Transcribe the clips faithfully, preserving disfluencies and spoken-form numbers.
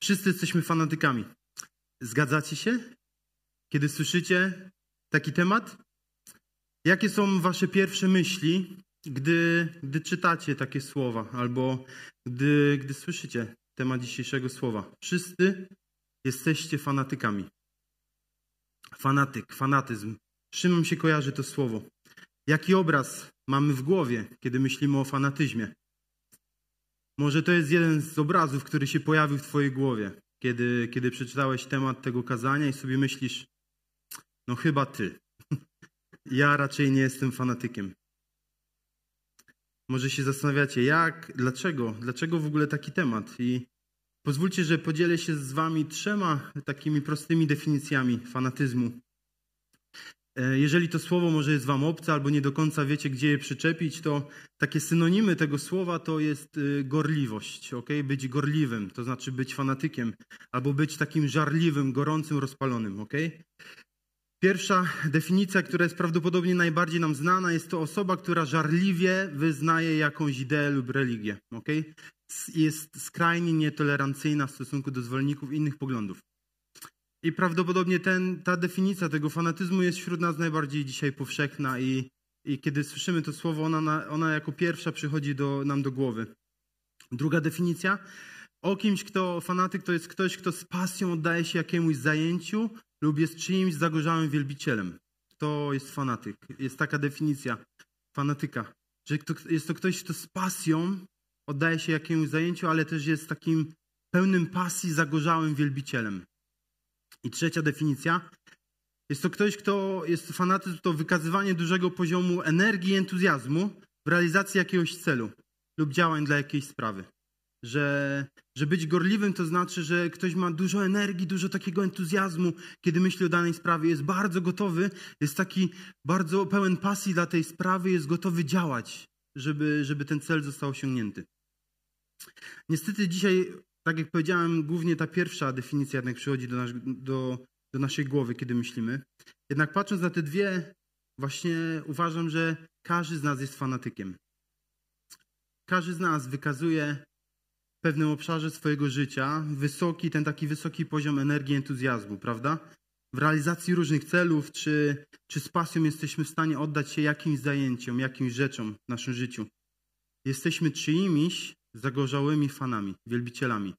Wszyscy jesteśmy fanatykami. Zgadzacie się? Kiedy słyszycie taki temat? Jakie są wasze pierwsze myśli, gdy, gdy czytacie takie słowa albo gdy, gdy słyszycie temat dzisiejszego słowa? Wszyscy jesteście fanatykami. Fanatyk, fanatyzm. Z czym nam się kojarzy to słowo? Jaki obraz mamy w głowie, kiedy myślimy o fanatyzmie? Może to jest jeden z obrazów, który się pojawił w twojej głowie, kiedy, kiedy przeczytałeś temat tego kazania i sobie myślisz, no chyba ty. Ja raczej nie jestem fanatykiem. Może się zastanawiacie, jak, dlaczego, dlaczego w ogóle taki temat? I pozwólcie, że podzielę się z wami trzema takimi prostymi definicjami fanatyzmu. Jeżeli to słowo może jest wam obce albo nie do końca wiecie, gdzie je przyczepić, to takie synonimy tego słowa to jest gorliwość, okay? Być gorliwym, to znaczy być fanatykiem, albo być takim żarliwym, gorącym, rozpalonym. Okay? Pierwsza definicja, która jest prawdopodobnie najbardziej nam znana, jest to osoba, która żarliwie wyznaje jakąś ideę lub religię. Okay? Jest skrajnie nietolerancyjna w stosunku do zwolenników innych poglądów. I prawdopodobnie ten, ta definicja tego fanatyzmu jest wśród nas najbardziej dzisiaj powszechna i, i kiedy słyszymy to słowo, ona, ona jako pierwsza przychodzi do, nam do głowy. Druga definicja. O kimś, kto fanatyk, to jest ktoś, kto z pasją oddaje się jakiemuś zajęciu lub jest czyimś zagorzałym wielbicielem. To jest fanatyk. Jest taka definicja fanatyka, że to, jest to ktoś, kto z pasją oddaje się jakiemuś zajęciu, ale też jest takim pełnym pasji, zagorzałym wielbicielem. I trzecia definicja. Jest to ktoś, kto jest fanatyzm, to wykazywanie dużego poziomu energii i entuzjazmu w realizacji jakiegoś celu lub działań dla jakiejś sprawy. Że, że być gorliwym to znaczy, że ktoś ma dużo energii, dużo takiego entuzjazmu, kiedy myśli o danej sprawie, jest bardzo gotowy, jest taki bardzo pełen pasji dla tej sprawy, jest gotowy działać, żeby, żeby ten cel został osiągnięty. Niestety dzisiaj, tak jak powiedziałem, głównie ta pierwsza definicja jednak przychodzi do, nas, do, do naszej głowy, kiedy myślimy. Jednak patrząc na te dwie, właśnie uważam, że każdy z nas jest fanatykiem. Każdy z nas wykazuje w pewnym obszarze swojego życia wysoki, ten taki wysoki poziom energii i entuzjazmu, prawda? W realizacji różnych celów, czy, czy z pasją jesteśmy w stanie oddać się jakimś zajęciom, jakimś rzeczom w naszym życiu. Jesteśmy czyimiś zagorzałymi fanami, wielbicielami.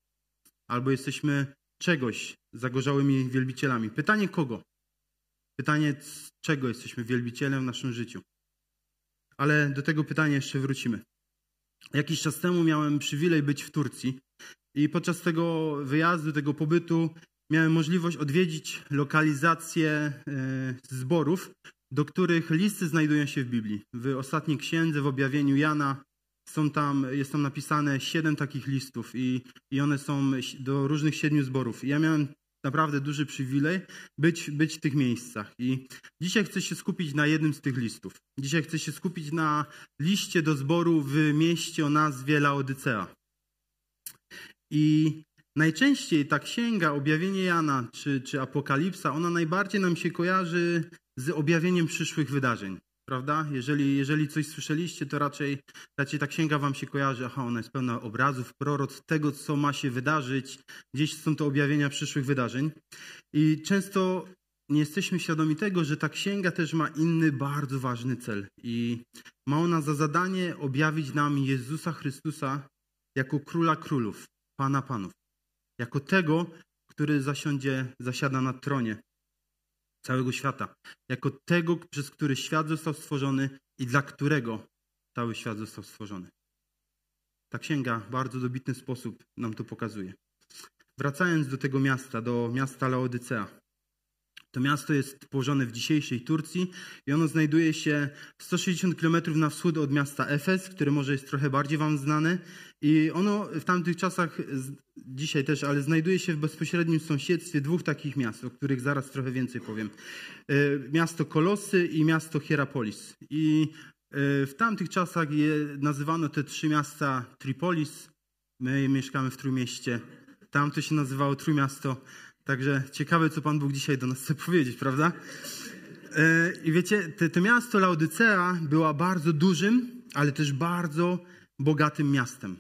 Albo jesteśmy czegoś zagorzałymi wielbicielami. Pytanie kogo? Pytanie, czego jesteśmy wielbicielem w naszym życiu. Ale do tego pytania jeszcze wrócimy. Jakiś czas temu miałem przywilej być w Turcji i podczas tego wyjazdu, tego pobytu miałem możliwość odwiedzić lokalizację zborów, do których listy znajdują się w Biblii. W ostatniej księdze, w objawieniu Jana, Są tam, jest tam napisane siedem takich listów i, i one są do różnych siedmiu zborów. I ja miałem naprawdę duży przywilej być, być w tych miejscach. I dzisiaj chcę się skupić na jednym z tych listów. Dzisiaj chcę się skupić na liście do zboru w mieście o nazwie Laodycea. I najczęściej ta księga, objawienie Jana czy, czy Apokalipsa, ona najbardziej nam się kojarzy z objawieniem przyszłych wydarzeń. Prawda? Jeżeli, jeżeli coś słyszeliście, to raczej, raczej ta księga wam się kojarzy, aha, ona jest pełna obrazów, proroc, tego, co ma się wydarzyć. Gdzieś są to objawienia przyszłych wydarzeń. I często nie jesteśmy świadomi tego, że ta księga też ma inny, bardzo ważny cel. I ma ona za zadanie objawić nam Jezusa Chrystusa jako Króla Królów, Pana Panów. Jako tego, który zasiądzie, zasiada na tronie całego świata. Jako tego, przez który świat został stworzony i dla którego cały świat został stworzony. Ta księga w bardzo dobitny sposób nam to pokazuje. Wracając do tego miasta, do miasta Laodycea. To miasto jest położone w dzisiejszej Turcji i ono znajduje się sto sześćdziesiąt kilometrów na wschód od miasta Efes, które może jest trochę bardziej wam znane. I ono w tamtych czasach, dzisiaj też, ale znajduje się w bezpośrednim sąsiedztwie dwóch takich miast, o których zaraz trochę więcej powiem. Miasto Kolosy i miasto Hierapolis. I w tamtych czasach je nazywano te trzy miasta Tripolis. My mieszkamy w Trójmieście. Tam to się nazywało Trójmiasto. Także ciekawe, co Pan Bóg dzisiaj do nas chce powiedzieć, prawda? I wiecie, te, to miasto Laodycea była bardzo dużym, ale też bardzo bogatym miastem.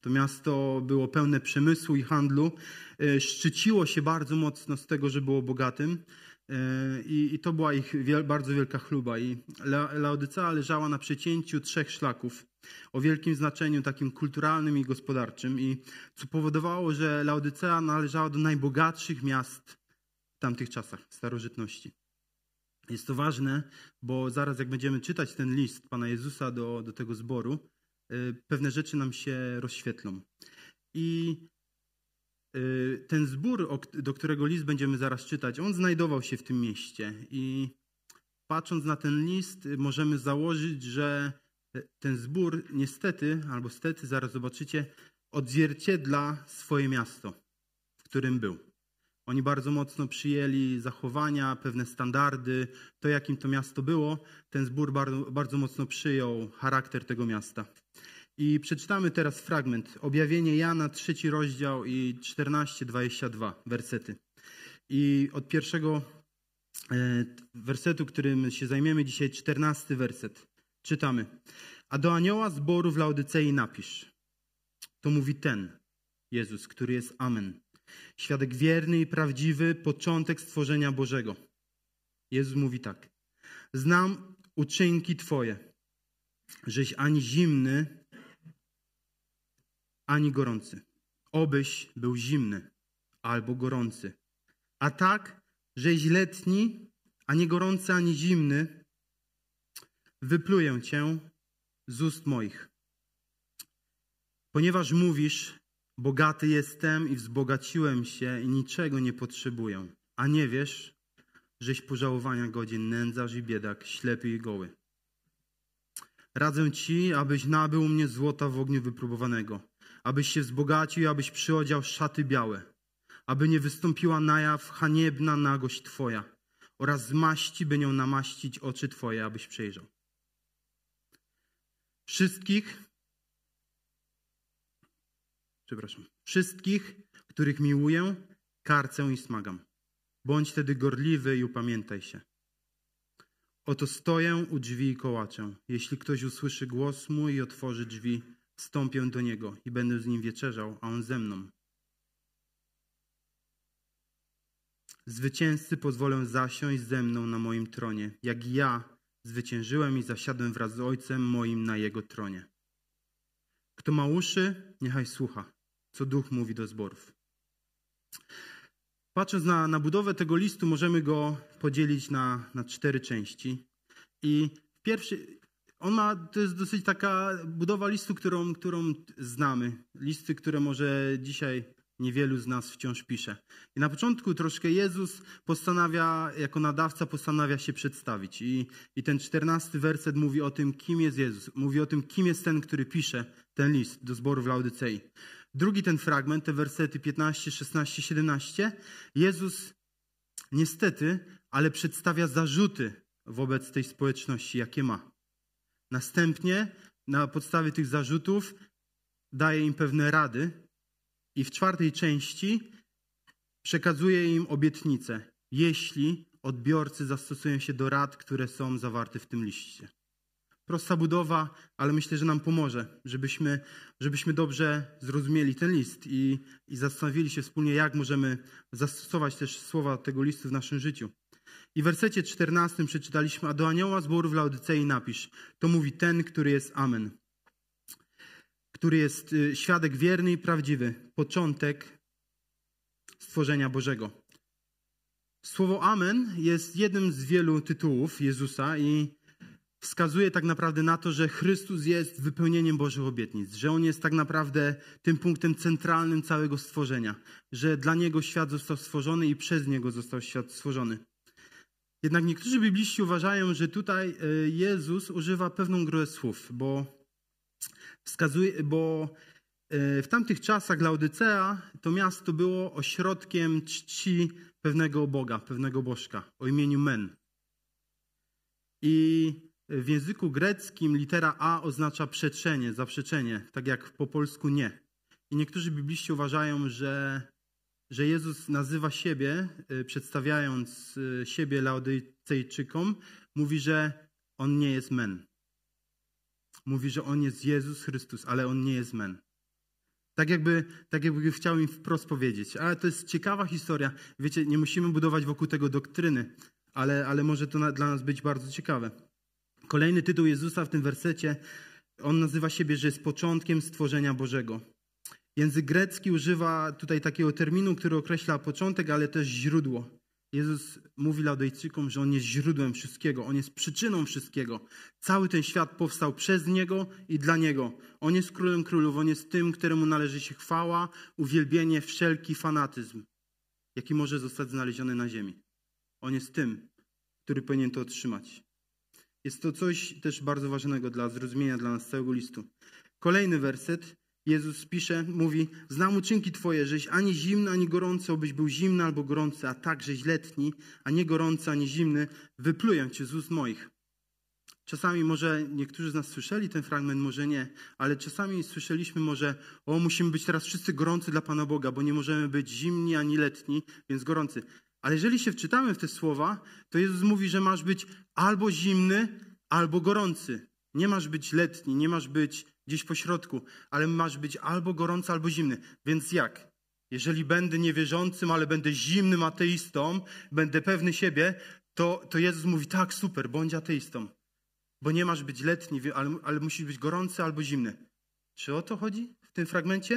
To miasto było pełne przemysłu i handlu, szczyciło się bardzo mocno z tego, że było bogatym i, i to była ich wiel, bardzo wielka chluba. I Laodycea leżała na przecięciu trzech szlaków o wielkim znaczeniu takim kulturalnym i gospodarczym, i co powodowało, że Laodycea należała do najbogatszych miast w tamtych czasach, w starożytności. Jest to ważne, bo zaraz jak będziemy czytać ten list Pana Jezusa do, do tego zboru, pewne rzeczy nam się rozświetlą. I ten zbór, do którego list będziemy zaraz czytać, on znajdował się w tym mieście. I patrząc na ten list, możemy założyć, że ten zbór niestety, albo stety, zaraz zobaczycie, odzwierciedla swoje miasto, w którym był. Oni bardzo mocno przyjęli zachowania, pewne standardy, to jakim to miasto było. Ten zbór bardzo, bardzo mocno przyjął charakter tego miasta. I przeczytamy teraz fragment. Objawienie Jana, trzeci rozdział i czternaście, dwadzieścia dwa wersety. I od pierwszego wersetu, którym się zajmiemy dzisiaj, czternasty werset. Czytamy. A do anioła zboru w Laodycei napisz. To mówi ten, Jezus, który jest Amen. Świadek wierny i prawdziwy, początek stworzenia Bożego. Jezus mówi tak. Znam uczynki Twoje, żeś ani zimny, ani gorący. Obyś był zimny albo gorący. A tak, żeś letni, ani gorący, ani zimny, wypluję Cię z ust moich. Ponieważ mówisz, bogaty jestem i wzbogaciłem się i niczego nie potrzebuję, a nie wiesz, żeś pożałowania godzin, nędzarz i biedak, ślepy i goły. Radzę Ci, abyś nabył u mnie złota w ogniu wypróbowanego, abyś się wzbogacił i abyś przyodział szaty białe, aby nie wystąpiła na jaw haniebna nagość Twoja oraz z maści, by nią namaścić oczy Twoje, abyś przejrzał. Wszystkich, przepraszam, wszystkich, których miłuję, karcę i smagam. Bądź tedy gorliwy i upamiętaj się. Oto stoję u drzwi i kołaczę. Jeśli ktoś usłyszy głos mój i otworzy drzwi, wstąpię do niego i będę z nim wieczerzał, a on ze mną. Zwycięzcy pozwolę zasiąść ze mną na moim tronie, jak ja zwyciężyłem i zasiadłem wraz z Ojcem moim na Jego tronie. Kto ma uszy, niechaj słucha, co Duch mówi do zborów. Patrząc na, na budowę tego listu, możemy go podzielić na, na cztery części. I pierwszy, on ma, to jest dosyć taka budowa listu, którą, którą znamy. Listy, które może dzisiaj niewielu z nas wciąż pisze. I na początku troszkę Jezus postanawia, jako nadawca postanawia się przedstawić. I, i ten czternasty werset mówi o tym, kim jest Jezus. Mówi o tym, kim jest ten, który pisze ten list do zboru w Laodycei. Drugi ten fragment, te wersety piętnaście, szesnaście, siedemnaście, Jezus niestety, ale przedstawia zarzuty wobec tej społeczności, jakie ma. Następnie na podstawie tych zarzutów daje im pewne rady i w czwartej części przekazuje im obietnicę, jeśli odbiorcy zastosują się do rad, które są zawarte w tym liście. Prosta budowa, ale myślę, że nam pomoże, żebyśmy, żebyśmy dobrze zrozumieli ten list i, i zastanowili się wspólnie, jak możemy zastosować też słowa tego listu w naszym życiu. I w wersecie czternastym przeczytaliśmy, a do anioła zboru w Laodycei napisz. To mówi ten, który jest Amen, który jest świadek wierny i prawdziwy, początek stworzenia Bożego. Słowo Amen jest jednym z wielu tytułów Jezusa i wskazuje tak naprawdę na to, że Chrystus jest wypełnieniem Bożych obietnic, że On jest tak naprawdę tym punktem centralnym całego stworzenia, że dla Niego świat został stworzony i przez Niego został świat stworzony. Jednak niektórzy bibliści uważają, że tutaj Jezus używa pewną grę słów, bo wskazuje, bo w tamtych czasach Laodycea to miasto było ośrodkiem czci pewnego Boga, pewnego bożka o imieniu Men. I w języku greckim litera A oznacza przeczenie, zaprzeczenie, tak jak po polsku nie. I niektórzy bibliści uważają, że, że Jezus nazywa siebie, przedstawiając siebie Laodycejczykom, mówi, że On nie jest Men. Mówi, że On jest Jezus Chrystus, ale On nie jest Men. Tak jakby, tak jakby chciał im wprost powiedzieć. Ale to jest ciekawa historia. Wiecie, nie musimy budować wokół tego doktryny, ale, ale może to na, dla nas być bardzo ciekawe. Kolejny tytuł Jezusa w tym wersecie, on nazywa siebie, że jest początkiem stworzenia Bożego. Język grecki używa tutaj takiego terminu, który określa początek, ale też źródło. Jezus mówi Laodejczykom, że On jest źródłem wszystkiego, On jest przyczyną wszystkiego. Cały ten świat powstał przez Niego i dla Niego. On jest królem królów, On jest tym, któremu należy się chwała, uwielbienie, wszelki fanatyzm, jaki może zostać znaleziony na ziemi. On jest tym, który powinien to otrzymać. Jest to coś też bardzo ważnego dla zrozumienia dla nas całego listu. Kolejny werset. Jezus pisze, mówi, znam uczynki Twoje, żeś ani zimny, ani gorący, obyś był zimny albo gorący, a także letni, a nie gorący, ani zimny, wypluję Cię z ust moich. Czasami może niektórzy z nas słyszeli ten fragment, może nie, ale czasami słyszeliśmy może, o musimy być teraz wszyscy gorący dla Pana Boga, bo nie możemy być zimni ani letni, więc gorący. Ale jeżeli się wczytamy w te słowa, to Jezus mówi, że masz być albo zimny, albo gorący. Nie masz być letni, nie masz być gdzieś po środku, ale masz być albo gorący, albo zimny. Więc jak? Jeżeli będę niewierzącym, ale będę zimnym ateistą, będę pewny siebie, to, to Jezus mówi, tak, super, bądź ateistą. Bo nie masz być letni, ale, ale musisz być gorący albo zimny. Czy o to chodzi w tym fragmencie?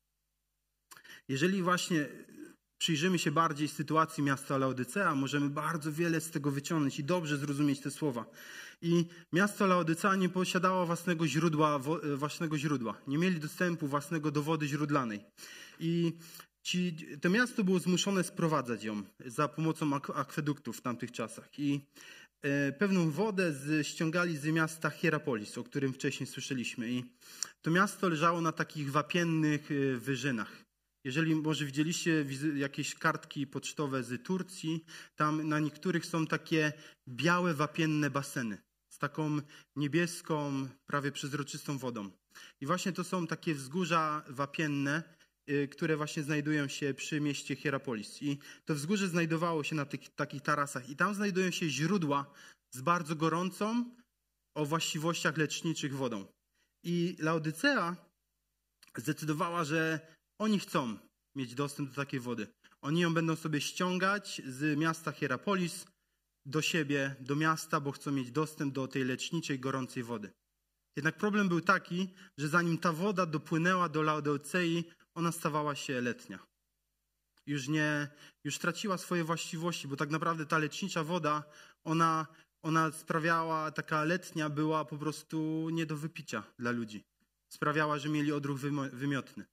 Jeżeli właśnie przyjrzymy się bardziej sytuacji miasta Laodycea, możemy bardzo wiele z tego wyciągnąć i dobrze zrozumieć te słowa. I miasto Laodycea nie posiadało własnego źródła, własnego źródła. Nie mieli dostępu własnego do wody źródlanej. I ci, to miasto było zmuszone sprowadzać ją za pomocą akweduktów w tamtych czasach. I e, pewną wodę z, ściągali z miasta Hierapolis, o którym wcześniej słyszeliśmy. I to miasto leżało na takich wapiennych wyżynach. Jeżeli może widzieliście jakieś kartki pocztowe z Turcji, tam na niektórych są takie białe, wapienne baseny z taką niebieską, prawie przezroczystą wodą. I właśnie to są takie wzgórza wapienne, które właśnie znajdują się przy mieście Hierapolis. I to wzgórze znajdowało się na tych takich tarasach. I tam znajdują się źródła z bardzo gorącą, o właściwościach leczniczych wodą. I Laodycea zdecydowała, że oni chcą mieć dostęp do takiej wody. Oni ją będą sobie ściągać z miasta Hierapolis do siebie, do miasta, bo chcą mieć dostęp do tej leczniczej, gorącej wody. Jednak problem był taki, że zanim ta woda dopłynęła do Laodycei, ona stawała się letnia. Już nie, już traciła swoje właściwości, bo tak naprawdę ta lecznicza woda, ona, ona sprawiała, taka letnia była po prostu nie do wypicia dla ludzi. Sprawiała, że mieli odruch wymiotny.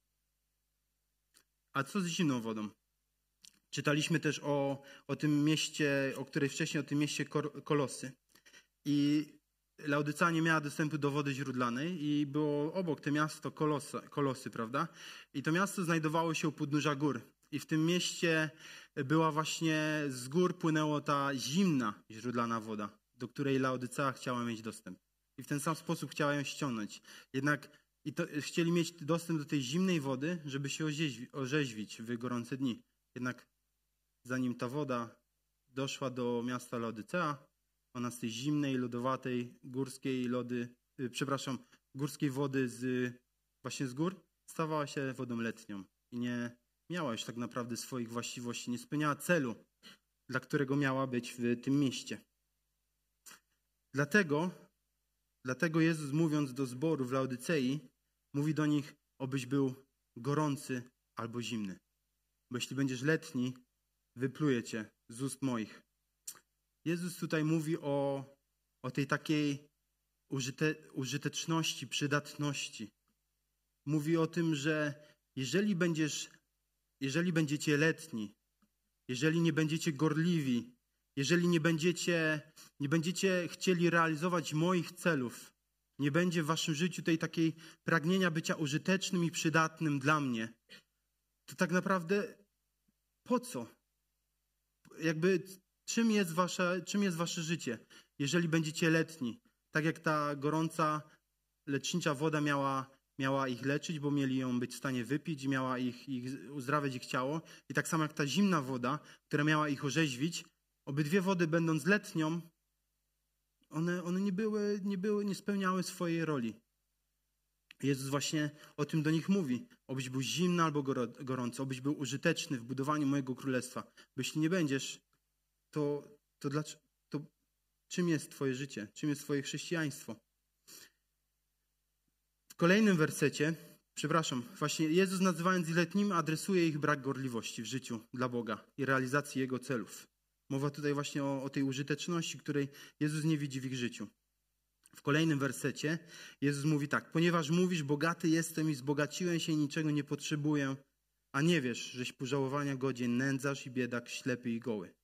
A co z zimną wodą? Czytaliśmy też o, o tym mieście, o której wcześniej, o tym mieście Kolosy. I Laodycea nie miała dostępu do wody źródlanej i było obok to miasto Kolosy, Kolosy, prawda? I to miasto znajdowało się u podnóża gór. I w tym mieście była właśnie, z gór płynęła ta zimna źródlana woda, do której Laodycea chciała mieć dostęp. I w ten sam sposób chciała ją ściągnąć. Jednak i to, chcieli mieć dostęp do tej zimnej wody, żeby się orzeźwić w gorące dni. Jednak zanim ta woda doszła do miasta Laodycea, ona z tej zimnej, lodowatej, górskiej lody, yy, przepraszam, górskiej wody z, właśnie z gór, stawała się wodą letnią. I nie miała już tak naprawdę swoich właściwości, nie spełniała celu, dla którego miała być w tym mieście. Dlatego, dlatego Jezus, mówiąc do zboru w Laodycei, mówi do nich, obyś był gorący albo zimny. Bo jeśli będziesz letni, wypluję cię z ust moich. Jezus tutaj mówi o, o tej takiej użyte, użyteczności, przydatności. Mówi o tym, że jeżeli będziesz, jeżeli będziecie letni, jeżeli nie będziecie gorliwi, jeżeli nie będziecie, nie będziecie chcieli realizować moich celów, nie będzie w waszym życiu tej takiej pragnienia bycia użytecznym i przydatnym dla mnie, to tak naprawdę po co? Jakby czym jest wasze, czym jest wasze życie, jeżeli będziecie letni? Tak jak ta gorąca, lecznicza woda miała, miała ich leczyć, bo mieli ją być w stanie wypić i miała ich, ich uzdrawiać ich ciało. I tak samo jak ta zimna woda, która miała ich orzeźwić, obydwie wody będąc letnią, one, one nie były, nie były, nie spełniały swojej roli. Jezus właśnie o tym do nich mówi. Obyś był zimny albo gorący, obyś był użyteczny w budowaniu mojego królestwa. Bo jeśli nie będziesz, to, to, dlaczego, to czym jest twoje życie? Czym jest twoje chrześcijaństwo? W kolejnym wersecie, przepraszam, właśnie Jezus nazywając letnimi adresuje ich brak gorliwości w życiu dla Boga i realizacji Jego celów. Mowa tutaj właśnie o, o tej użyteczności, której Jezus nie widzi w ich życiu. W kolejnym wersecie Jezus mówi tak: ponieważ mówisz, bogaty jestem i zbogaciłem się i niczego nie potrzebuję, a nie wiesz, żeś pożałowania godzien, nędzarz i biedak, ślepy i goły.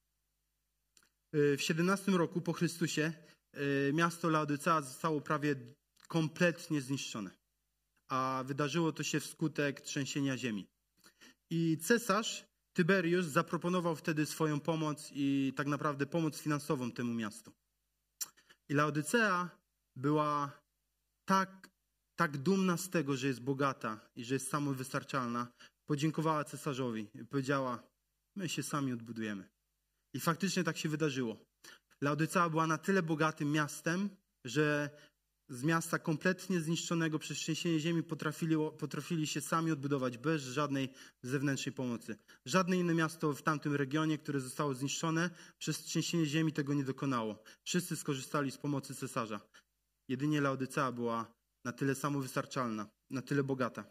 W siedemnastym roku po Chrystusie miasto Laodycea zostało prawie kompletnie zniszczone, a wydarzyło to się wskutek trzęsienia ziemi. I cesarz Tyberiusz zaproponował wtedy swoją pomoc i tak naprawdę pomoc finansową temu miastu. I Laodycea była tak, tak dumna z tego, że jest bogata i że jest samowystarczalna. Podziękowała cesarzowi i powiedziała: my się sami odbudujemy. I faktycznie tak się wydarzyło. Laodycea była na tyle bogatym miastem, że z miasta kompletnie zniszczonego przez trzęsienie ziemi potrafili, potrafili się sami odbudować bez żadnej zewnętrznej pomocy. Żadne inne miasto w tamtym regionie, które zostało zniszczone przez trzęsienie ziemi, tego nie dokonało. Wszyscy skorzystali z pomocy cesarza. Jedynie Laodycea była na tyle samowystarczalna, na tyle bogata.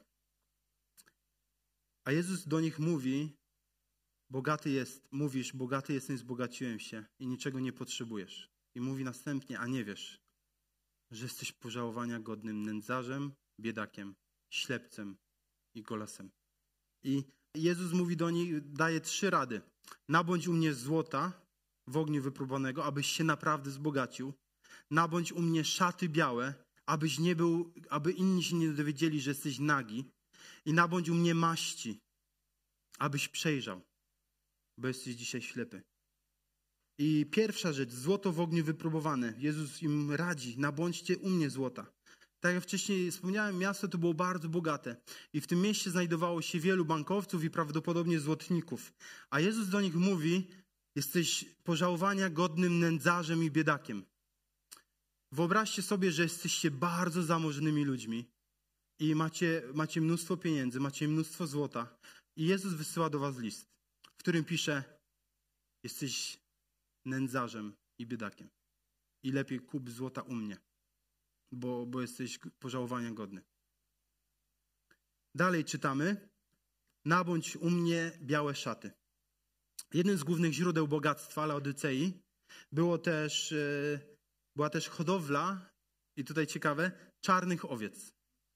A Jezus do nich mówi: bogaty jest, mówisz, bogaty jestem, zbogaciłem się i niczego nie potrzebujesz. I mówi następnie: a nie wiesz, że jesteś pożałowania godnym nędzarzem, biedakiem, ślepcem i golasem. I Jezus mówi do nich, daje trzy rady. Nabądź u mnie złota w ogniu wypróbanego, abyś się naprawdę wzbogacił. Nabądź u mnie szaty białe, abyś nie był, aby inni się nie dowiedzieli, że jesteś nagi. I nabądź u mnie maści, abyś przejrzał, bo jesteś dzisiaj ślepy. I pierwsza rzecz, złoto w ogniu wypróbowane. Jezus im radzi: nabądźcie u mnie złota. Tak jak wcześniej wspomniałem, miasto to było bardzo bogate. I w tym mieście znajdowało się wielu bankowców i prawdopodobnie złotników. A Jezus do nich mówi: jesteś pożałowania godnym nędzarzem i biedakiem. Wyobraźcie sobie, że jesteście bardzo zamożnymi ludźmi i macie, macie mnóstwo pieniędzy, macie mnóstwo złota. I Jezus wysyła do was list, w którym pisze: jesteś nędzarzem i biedakiem. I lepiej kup złota u mnie, bo, bo jesteś pożałowania godny. Dalej czytamy: nabądź u mnie białe szaty. Jednym z głównych źródeł bogactwa Laodycei było też, była też hodowla, i tutaj ciekawe, czarnych owiec.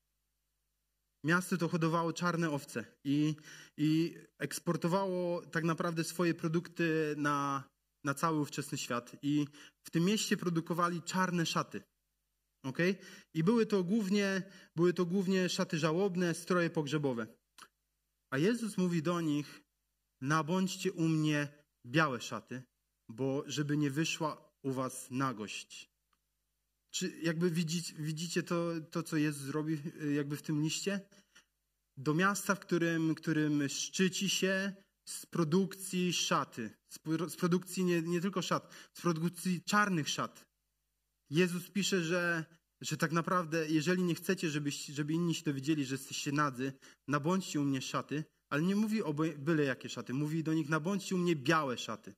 Miasto to hodowało czarne owce i, i eksportowało tak naprawdę swoje produkty na, na cały ówczesny świat. I w tym mieście produkowali czarne szaty. Okay? I były to głównie, były to głównie szaty żałobne, stroje pogrzebowe. A Jezus mówi do nich: nabądźcie u mnie białe szaty, bo żeby nie wyszła u was nagość. Czy jakby widzicie, widzicie to, to, co Jezus zrobi jakby w tym liście? Do miasta, w którym, którym szczyci się z produkcji szaty, z produkcji nie, nie tylko szat, z produkcji czarnych szat. Jezus pisze, że, że tak naprawdę, jeżeli nie chcecie, żeby, żeby inni się dowiedzieli, że jesteście nadzy, nabądźcie u mnie szaty, ale nie mówi o byle jakie szaty. Mówi do nich: nabądźcie u mnie białe szaty,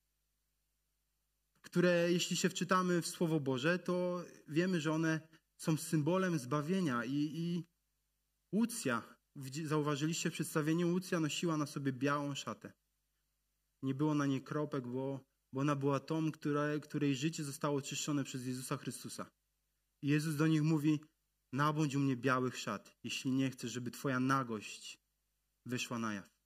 które jeśli się wczytamy w Słowo Boże, to wiemy, że one są symbolem zbawienia. I, i Łucja, zauważyliście w przedstawieniu, Łucja nosiła na sobie białą szatę. Nie było na niej kropek, bo, bo ona była tą, która, której życie zostało oczyszczone przez Jezusa Chrystusa. I Jezus do nich mówi: nabądź u mnie białych szat, jeśli nie chcesz, żeby twoja nagość wyszła na jaw.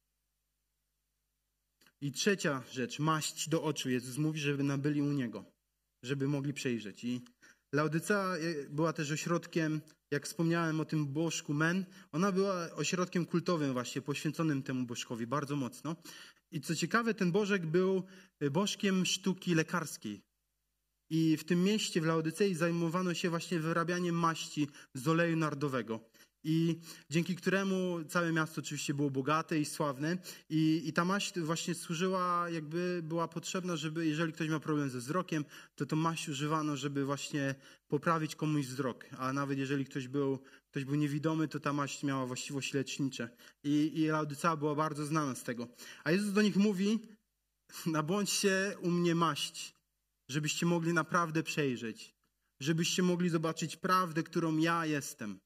I trzecia rzecz, maść do oczu. Jezus mówi, żeby nabyli u Niego, żeby mogli przejrzeć. I Laodycea była też ośrodkiem, jak wspomniałem o tym bożku Men, ona była ośrodkiem kultowym właśnie, poświęconym temu bożkowi bardzo mocno. I co ciekawe, ten bożek był bożkiem sztuki lekarskiej. I w tym mieście, w Laodycei, zajmowano się właśnie wyrabianiem maści z oleju nardowego. I dzięki któremu całe miasto oczywiście było bogate i sławne. I, i ta maść właśnie służyła, jakby była potrzebna, żeby jeżeli ktoś ma problem ze wzrokiem, to tą maść używano, żeby właśnie poprawić komuś wzrok. A nawet jeżeli ktoś był, ktoś był niewidomy, to ta maść miała właściwości lecznicze. I, i Laodycea była bardzo znana z tego. A Jezus do nich mówi, nabądźcie u mnie maść, żebyście mogli naprawdę przejrzeć. Żebyście mogli zobaczyć prawdę, którą ja jestem.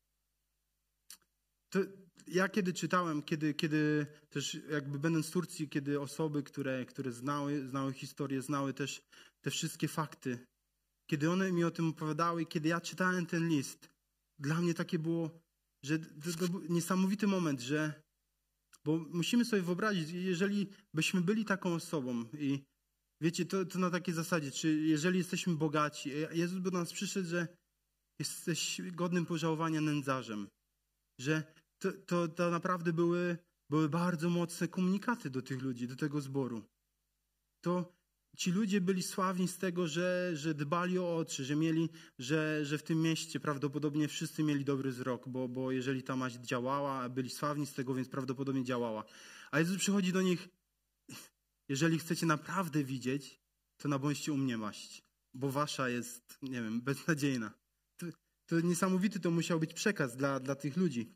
To ja kiedy czytałem, kiedy, kiedy też jakby będąc w Turcji, kiedy osoby, które, które znały, znały historię, znały też te wszystkie fakty, kiedy one mi o tym opowiadały, kiedy ja czytałem ten list, dla mnie takie było, że to, to był niesamowity moment, że bo musimy sobie wyobrazić, jeżeli byśmy byli taką osobą i wiecie, to, to na takiej zasadzie, czy jeżeli jesteśmy bogaci, Jezus by do nas przyszedł, że jesteś godnym pożałowania nędzarzem, że to, to, to naprawdę były, były bardzo mocne komunikaty do tych ludzi, do tego zboru. To ci ludzie byli sławni z tego, że, że dbali o oczy, że mieli, że, że w tym mieście prawdopodobnie wszyscy mieli dobry wzrok, bo, bo jeżeli ta maść działała, byli sławni z tego, więc prawdopodobnie działała. A Jezus przychodzi do nich, jeżeli chcecie naprawdę widzieć, to nabądźcie u mnie maść, bo wasza jest, nie wiem, beznadziejna. To, to niesamowity to musiał być przekaz dla, dla tych ludzi.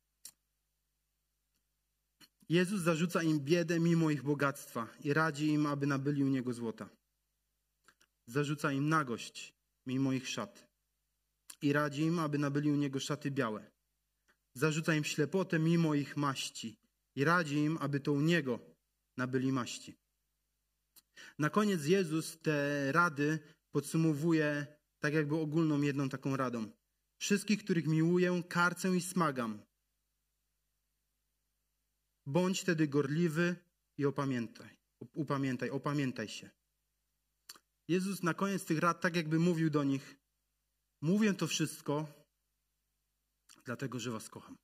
Jezus zarzuca im biedę mimo ich bogactwa i radzi im, aby nabyli u Niego złota. Zarzuca im nagość mimo ich szat i radzi im, aby nabyli u Niego szaty białe. Zarzuca im ślepotę mimo ich maści i radzi im, aby to u Niego nabyli maści. Na koniec Jezus te rady podsumowuje tak jakby ogólną jedną taką radą. Wszystkich, których miłuję, karcę i smagam. Bądź wtedy gorliwy i opamiętaj. Upamiętaj, opamiętaj się. Jezus na koniec tych rad tak jakby mówił do nich, mówię to wszystko, dlatego że was kocham.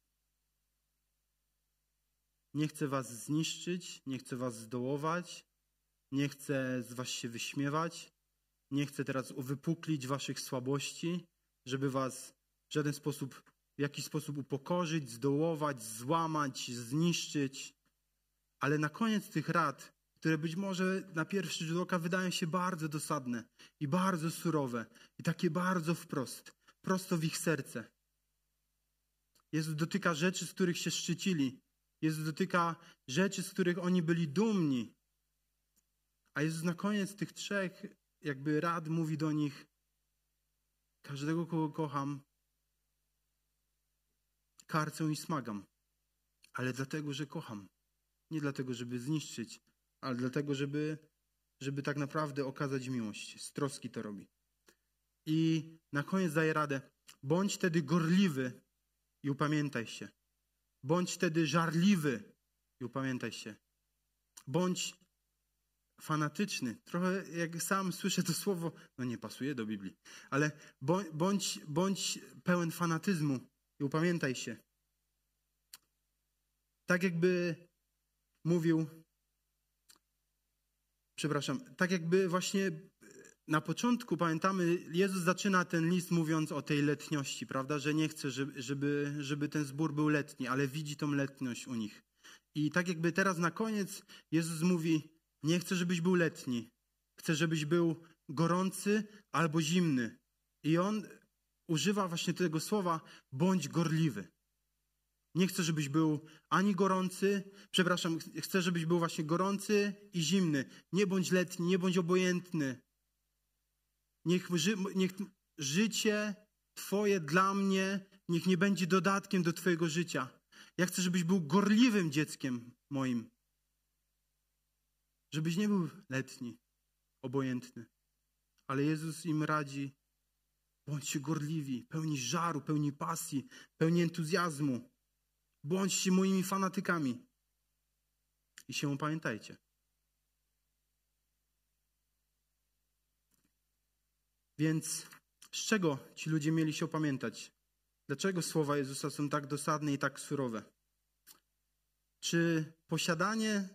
Nie chcę was zniszczyć, nie chcę was zdołować, nie chcę z was się wyśmiewać, nie chcę teraz uwypuklić waszych słabości, żeby was w żaden sposób w jakiś sposób upokorzyć, zdołować, złamać, zniszczyć. Ale na koniec tych rad, które być może na pierwszy rzut oka wydają się bardzo dosadne i bardzo surowe i takie bardzo wprost, prosto w ich serce. Jezus dotyka rzeczy, z których się szczycili. Jezus dotyka rzeczy, z których oni byli dumni. A Jezus na koniec tych trzech jakby rad mówi do nich, każdego, kogo kocham, karcę i smagam, ale dlatego, że kocham. Nie dlatego, żeby zniszczyć, ale dlatego, żeby, żeby tak naprawdę okazać miłość. Z troski to robi. I na koniec daje radę, bądź wtedy gorliwy i upamiętaj się. Bądź wtedy żarliwy i upamiętaj się. Bądź fanatyczny. Trochę jak sam słyszę to słowo, no nie pasuje do Biblii, ale bądź, bądź pełen fanatyzmu i upamiętaj się. Tak jakby mówił, przepraszam, tak jakby właśnie na początku, pamiętamy, Jezus zaczyna ten list mówiąc o tej letniości, prawda, że nie chce, żeby, żeby, żeby ten zbór był letni, ale widzi tą letniość u nich. I tak jakby teraz na koniec Jezus mówi, nie chcę, żebyś był letni, chcę, żebyś był gorący albo zimny. I On używa właśnie tego słowa, bądź gorliwy. Nie chcę, żebyś był ani gorący, przepraszam, chcę, żebyś był właśnie gorący i zimny. Nie bądź letni, nie bądź obojętny. Niech, ży, niech życie Twoje dla mnie, niech nie będzie dodatkiem do Twojego życia. Ja chcę, żebyś był gorliwym dzieckiem moim. Żebyś nie był letni, obojętny. Ale Jezus im radzi, bądźcie gorliwi, pełni żaru, pełni pasji, pełni entuzjazmu. Bądźcie moimi fanatykami. I się upamiętajcie. Więc z czego ci ludzie mieli się opamiętać? Dlaczego słowa Jezusa są tak dosadne i tak surowe? Czy posiadanie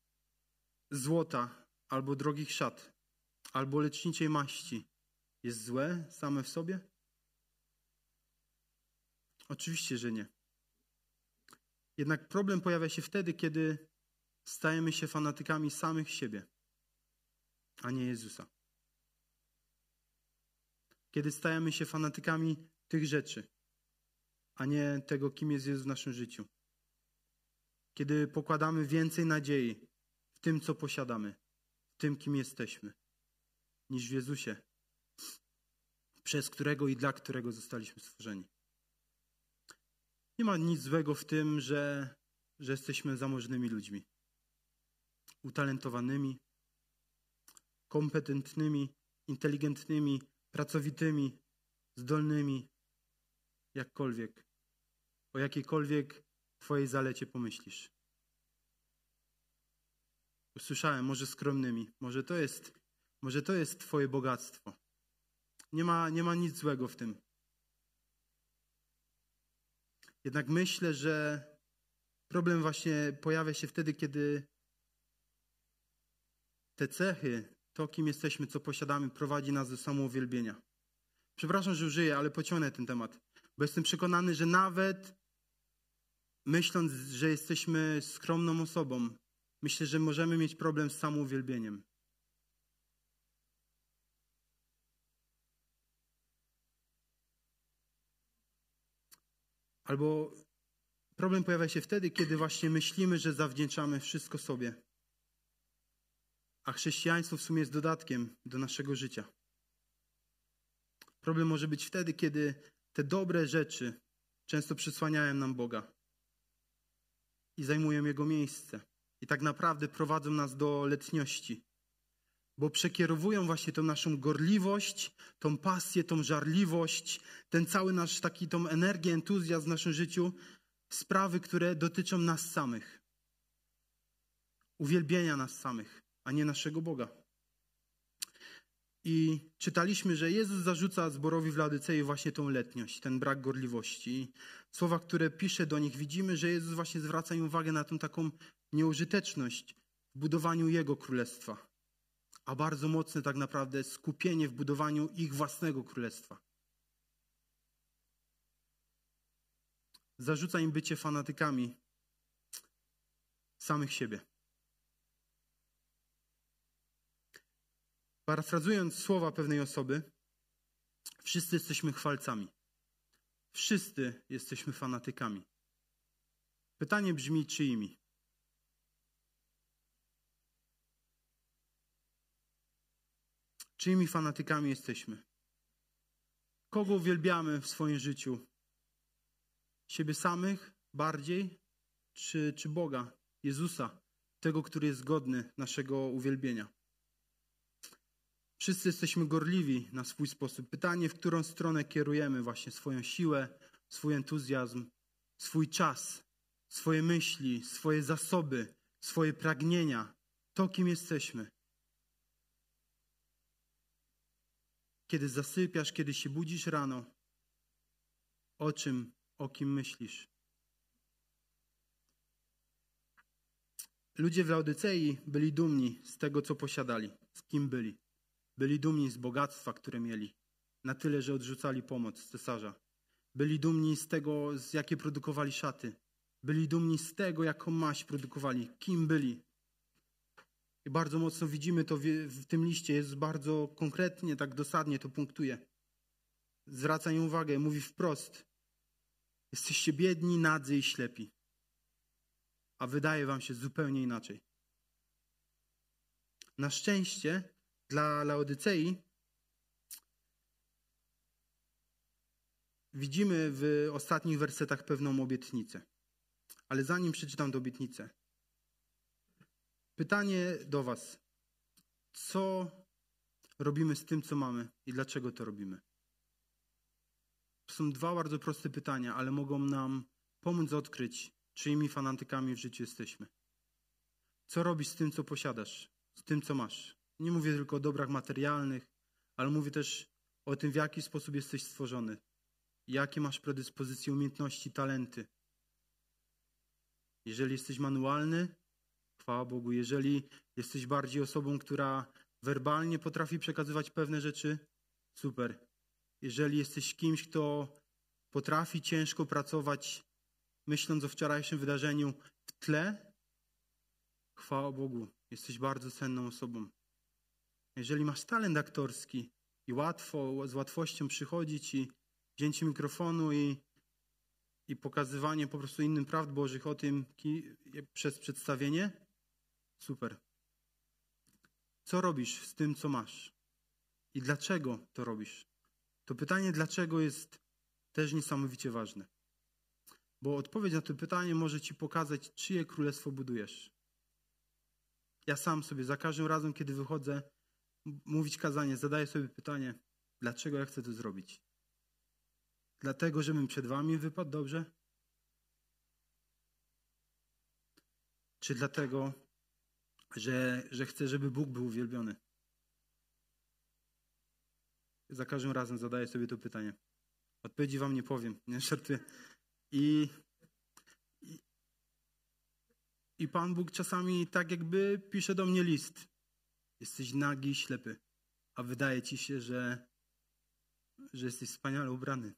złota albo drogich szat, albo leczniczej maści jest złe same w sobie? Oczywiście, że nie. Jednak problem pojawia się wtedy, kiedy stajemy się fanatykami samych siebie, a nie Jezusa. Kiedy stajemy się fanatykami tych rzeczy, a nie tego, kim jest Jezus w naszym życiu. Kiedy pokładamy więcej nadziei w tym, co posiadamy, w tym, kim jesteśmy, niż w Jezusie, przez którego i dla którego zostaliśmy stworzeni. Nie ma nic złego w tym, że, że jesteśmy zamożnymi ludźmi. Utalentowanymi, kompetentnymi, inteligentnymi, pracowitymi, zdolnymi, jakkolwiek. O jakiejkolwiek twojej zalecie pomyślisz. Usłyszałem, może skromnymi. Może to jest, może to jest twoje bogactwo. Nie ma, nie ma nic złego w tym. Jednak myślę, że problem właśnie pojawia się wtedy, kiedy te cechy, to kim jesteśmy, co posiadamy, prowadzi nas do samouwielbienia. Przepraszam, że użyję, ale pociągnę ten temat. Bo jestem przekonany, że nawet myśląc, że jesteśmy skromną osobą, myślę, że możemy mieć problem z samouwielbieniem. Albo problem pojawia się wtedy, kiedy właśnie myślimy, że zawdzięczamy wszystko sobie. A chrześcijaństwo w sumie jest dodatkiem do naszego życia. Problem może być wtedy, kiedy te dobre rzeczy często przysłaniają nam Boga i zajmują Jego miejsce. I tak naprawdę prowadzą nas do letniości. Bo przekierowują właśnie tą naszą gorliwość, tą pasję, tą żarliwość, ten cały nasz taki, tą energię, entuzjazm w naszym życiu, sprawy, które dotyczą nas samych. Uwielbienia nas samych, a nie naszego Boga. I czytaliśmy, że Jezus zarzuca zborowi w Laodycei właśnie tą letniość, ten brak gorliwości. I słowa, które pisze do nich, widzimy, że Jezus właśnie zwraca im uwagę na tą taką nieużyteczność w budowaniu Jego królestwa, a bardzo mocne tak naprawdę skupienie w budowaniu ich własnego królestwa. Zarzuca im bycie fanatykami samych siebie. Parafrazując słowa pewnej osoby, wszyscy jesteśmy chwalcami. Wszyscy jesteśmy fanatykami. Pytanie brzmi, czyimi? Czyimi fanatykami jesteśmy? Kogo uwielbiamy w swoim życiu? Siebie samych bardziej? Czy, czy Boga, Jezusa, tego, który jest godny naszego uwielbienia? Wszyscy jesteśmy gorliwi na swój sposób. Pytanie, w którą stronę kierujemy właśnie swoją siłę, swój entuzjazm, swój czas, swoje myśli, swoje zasoby, swoje pragnienia, to kim jesteśmy. Kiedy zasypiasz, kiedy się budzisz rano, o czym, o kim myślisz? Ludzie w Laodycei byli dumni z tego, co posiadali, z kim byli. Byli dumni z bogactwa, które mieli, na tyle, że odrzucali pomoc cesarza. Byli dumni z tego, z jakie produkowali szaty. Byli dumni z tego, jaką maść produkowali, kim byli. I bardzo mocno widzimy to w, w tym liście. Jest bardzo konkretnie, tak dosadnie to punktuje. Zwraca im uwagę, mówi wprost. Jesteście biedni, nadzy i ślepi. A wydaje wam się zupełnie inaczej. Na szczęście dla Laodycei widzimy w ostatnich wersetach pewną obietnicę. Ale zanim przeczytam tę obietnicę, pytanie do was. Co robimy z tym, co mamy i dlaczego to robimy? To są dwa bardzo proste pytania, ale mogą nam pomóc odkryć, czyimi fanatykami w życiu jesteśmy. Co robisz z tym, co posiadasz, z tym, co masz? Nie mówię tylko o dobrach materialnych, ale mówię też o tym, w jaki sposób jesteś stworzony. Jakie masz predyspozycje, umiejętności, talenty. Jeżeli jesteś manualny, chwała Bogu. Jeżeli jesteś bardziej osobą, która werbalnie potrafi przekazywać pewne rzeczy, super. Jeżeli jesteś kimś, kto potrafi ciężko pracować, myśląc o wczorajszym wydarzeniu w tle, chwała Bogu, jesteś bardzo cenną osobą. Jeżeli masz talent aktorski i łatwo, z łatwością przychodzi ci wzięcie mikrofonu i, i pokazywanie po prostu innym prawd Bożych o tym ki, przez przedstawienie, super. Co robisz z tym, co masz? I dlaczego to robisz? To pytanie dlaczego jest też niesamowicie ważne. Bo odpowiedź na to pytanie może ci pokazać, czyje królestwo budujesz. Ja sam sobie za każdym razem, kiedy wychodzę mówić kazanie, zadaję sobie pytanie, dlaczego ja chcę to zrobić? Dlatego, żebym przed wami wypadł dobrze? Czy dlatego, że, że chcę, żeby Bóg był uwielbiony? Za każdym razem zadaję sobie to pytanie. Odpowiedzi wam nie powiem, nie żartuję. I, i, I Pan Bóg czasami tak jakby pisze do mnie list. Jesteś nagi i ślepy, a wydaje ci się, że, że jesteś wspaniale ubrany.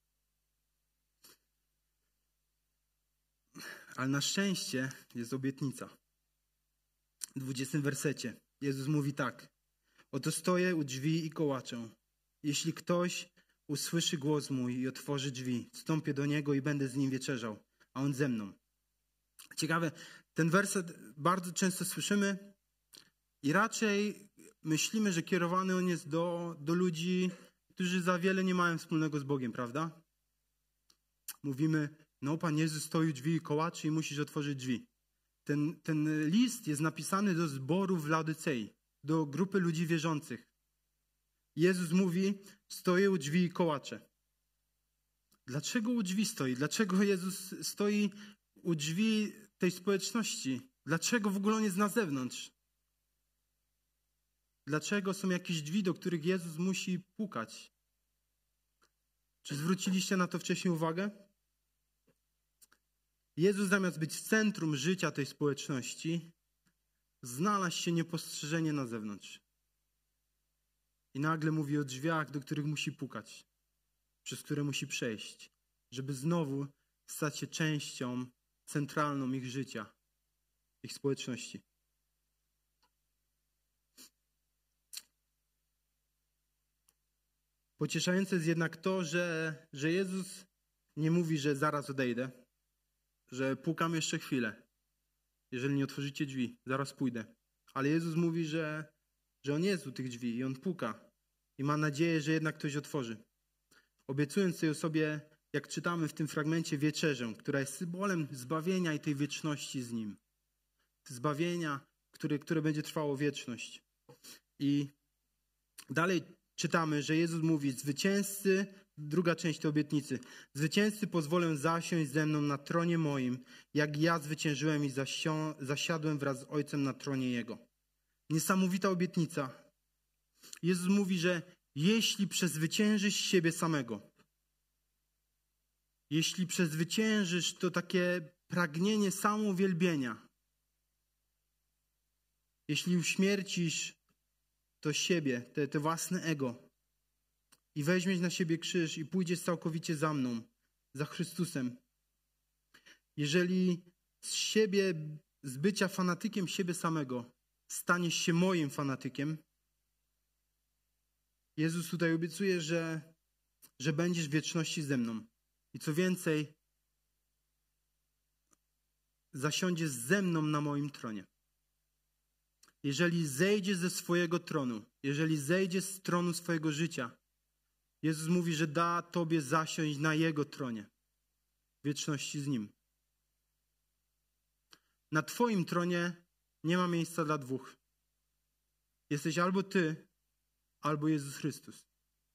Ale na szczęście jest obietnica. W dwudziestym wersecie Jezus mówi tak. Oto stoję u drzwi i kołaczę. Jeśli ktoś usłyszy głos mój i otworzy drzwi, wstąpię do niego i będę z nim wieczerzał, a on ze mną. Ciekawe, ten werset bardzo często słyszymy i raczej myślimy, że kierowany on jest do, do ludzi, którzy za wiele nie mają wspólnego z Bogiem, prawda? Mówimy, no Pan Jezus stoi u drzwi i kołaczy i musisz otworzyć drzwi. Ten, ten list jest napisany do zboru w Laodycei, do grupy ludzi wierzących. Jezus mówi, stoję u drzwi i kołaczę. Dlaczego u drzwi stoi? Dlaczego Jezus stoi u drzwi tej społeczności? Dlaczego w ogóle on jest na zewnątrz? Dlaczego są jakieś drzwi, do których Jezus musi pukać? Czy zwróciliście na to wcześniej uwagę? Jezus zamiast być w centrum życia tej społeczności, znalazł się niepostrzeżenie na zewnątrz. I nagle mówi o drzwiach, do których musi pukać, przez które musi przejść, żeby znowu stać się częścią centralną ich życia, ich społeczności. Pocieszające jest jednak to, że, że Jezus nie mówi, że zaraz odejdę, że pukam jeszcze chwilę. Jeżeli nie otworzycie drzwi, zaraz pójdę. Ale Jezus mówi, że, że On jest u tych drzwi i On puka. I ma nadzieję, że jednak ktoś otworzy. Obiecując tej osobie, jak czytamy w tym fragmencie, wieczerzę, która jest symbolem zbawienia i tej wieczności z Nim. Zbawienia, które, które będzie trwało wieczność. I dalej czytamy, że Jezus mówi, zwycięzcy, druga część tej obietnicy, zwycięzcy pozwolę zasiąść ze mną na tronie moim, jak ja zwyciężyłem i zasio- zasiadłem wraz z Ojcem na tronie Jego. Niesamowita obietnica. Jezus mówi, że jeśli przezwyciężysz siebie samego, jeśli przezwyciężysz to takie pragnienie samouwielbienia, jeśli uśmiercisz to siebie, te, te własne ego i weźmiesz na siebie krzyż i pójdziesz całkowicie za mną, za Chrystusem. Jeżeli z siebie, z bycia fanatykiem siebie samego staniesz się moim fanatykiem, Jezus tutaj obiecuje, że, że będziesz w wieczności ze mną. I co więcej, zasiądziesz ze mną na moim tronie. Jeżeli zejdziesz ze swojego tronu, jeżeli zejdziesz z tronu swojego życia, Jezus mówi, że da tobie zasiąść na Jego tronie, w wieczności z Nim. Na twoim tronie nie ma miejsca dla dwóch. Jesteś albo ty, albo Jezus Chrystus.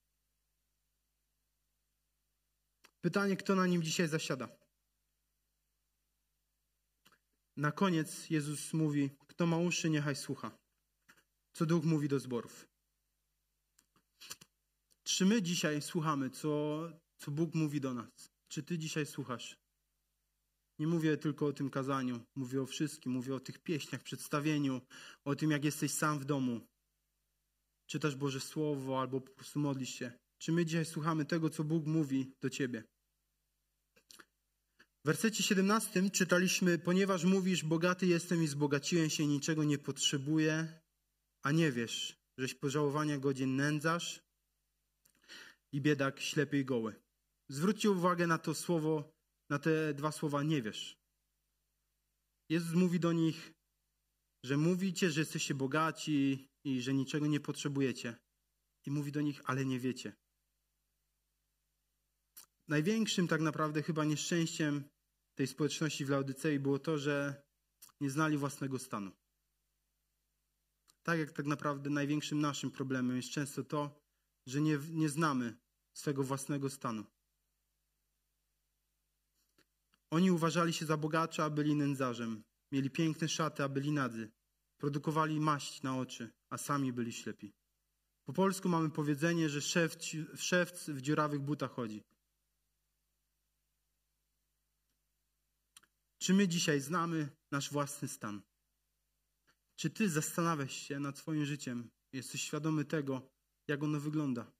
Pytanie, kto na nim dzisiaj zasiada? Na koniec Jezus mówi, kto ma uszy, niechaj słucha, co Duch mówi do zborów. Czy my dzisiaj słuchamy, co, co Bóg mówi do nas? Czy ty dzisiaj słuchasz? Nie mówię tylko o tym kazaniu, mówię o wszystkim, mówię o tych pieśniach, przedstawieniu, o tym, jak jesteś sam w domu. Czytasz Boże Słowo albo po prostu modlisz się. Czy my dzisiaj słuchamy tego, co Bóg mówi do ciebie? W wersecie siedemnastym czytaliśmy: ponieważ mówisz, bogaty jestem i wzbogaciłem się, niczego nie potrzebuję, a nie wiesz, żeś pożałowania godzien nędzarz i biedak ślepy i goły. Zwróćcie uwagę na to słowo, na te dwa słowa nie wiesz. Jezus mówi do nich, że mówicie, że jesteście bogaci i że niczego nie potrzebujecie. I mówi do nich, ale nie wiecie. Największym tak naprawdę chyba nieszczęściem tej społeczności w Laodycei było to, że nie znali własnego stanu. Tak jak tak naprawdę największym naszym problemem jest często to, że nie, nie znamy swego własnego stanu. Oni uważali się za bogaczy, a byli nędzarzem. Mieli piękne szaty, a byli nadzy. Produkowali maść na oczy, a sami byli ślepi. Po polsku mamy powiedzenie, że szewc, szewc w dziurawych butach chodzi. Czy my dzisiaj znamy nasz własny stan? Czy ty zastanawiasz się nad swoim życiem? Jesteś świadomy tego, jak ono wygląda?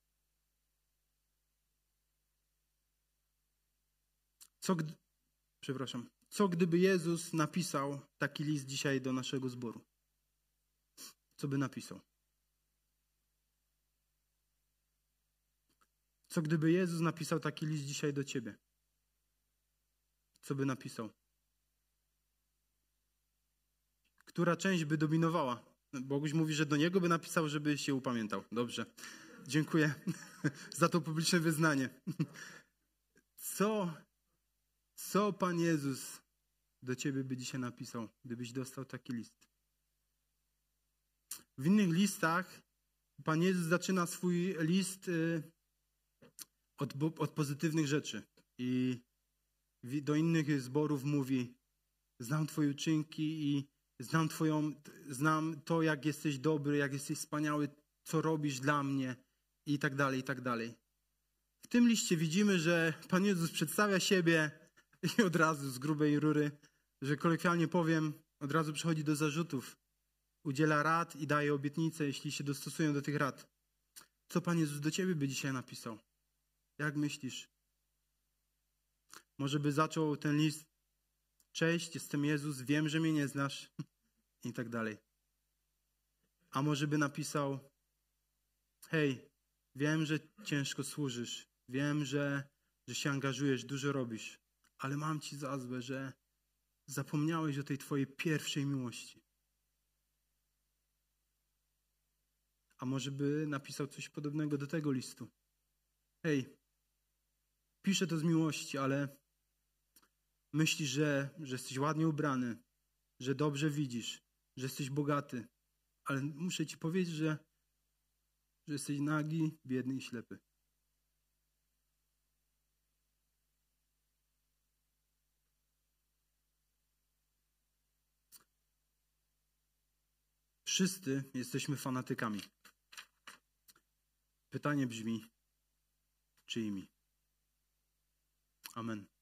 Co, gdy... Przepraszam. Co gdyby Jezus napisał taki list dzisiaj do naszego zboru? Co by napisał? Co gdyby Jezus napisał taki list dzisiaj do ciebie? Co by napisał? Która część by dominowała? Boguś mówi, że do niego by napisał, żeby się upamiętał. Dobrze. Dziękuję za to publiczne wyznanie. Co, co Pan Jezus do ciebie by dzisiaj napisał, gdybyś dostał taki list? W innych listach Pan Jezus zaczyna swój list od, od pozytywnych rzeczy. I do innych zborów mówi: znam Twoje uczynki i znam Twoją, znam to, jak jesteś dobry, jak jesteś wspaniały, co robisz dla mnie i tak dalej, i tak dalej. W tym liście widzimy, że Pan Jezus przedstawia siebie i od razu z grubej rury, że kolokwialnie powiem, od razu przechodzi do zarzutów. Udziela rad i daje obietnice, jeśli się dostosują do tych rad. Co Pan Jezus do ciebie by dzisiaj napisał? Jak myślisz? Może by zaczął ten list: cześć, jestem Jezus, wiem, że mnie nie znasz i tak dalej. A może by napisał: hej, wiem, że ciężko służysz, wiem, że, że się angażujesz, dużo robisz, ale mam ci za złe, że zapomniałeś o tej twojej pierwszej miłości. A może by napisał coś podobnego do tego listu: hej, piszę to z miłości, ale myślisz, że, że jesteś ładnie ubrany, że dobrze widzisz, że jesteś bogaty, ale muszę ci powiedzieć, że, że jesteś nagi, biedny i ślepy. Wszyscy jesteśmy fanatykami. Pytanie brzmi: czyimi? Amen.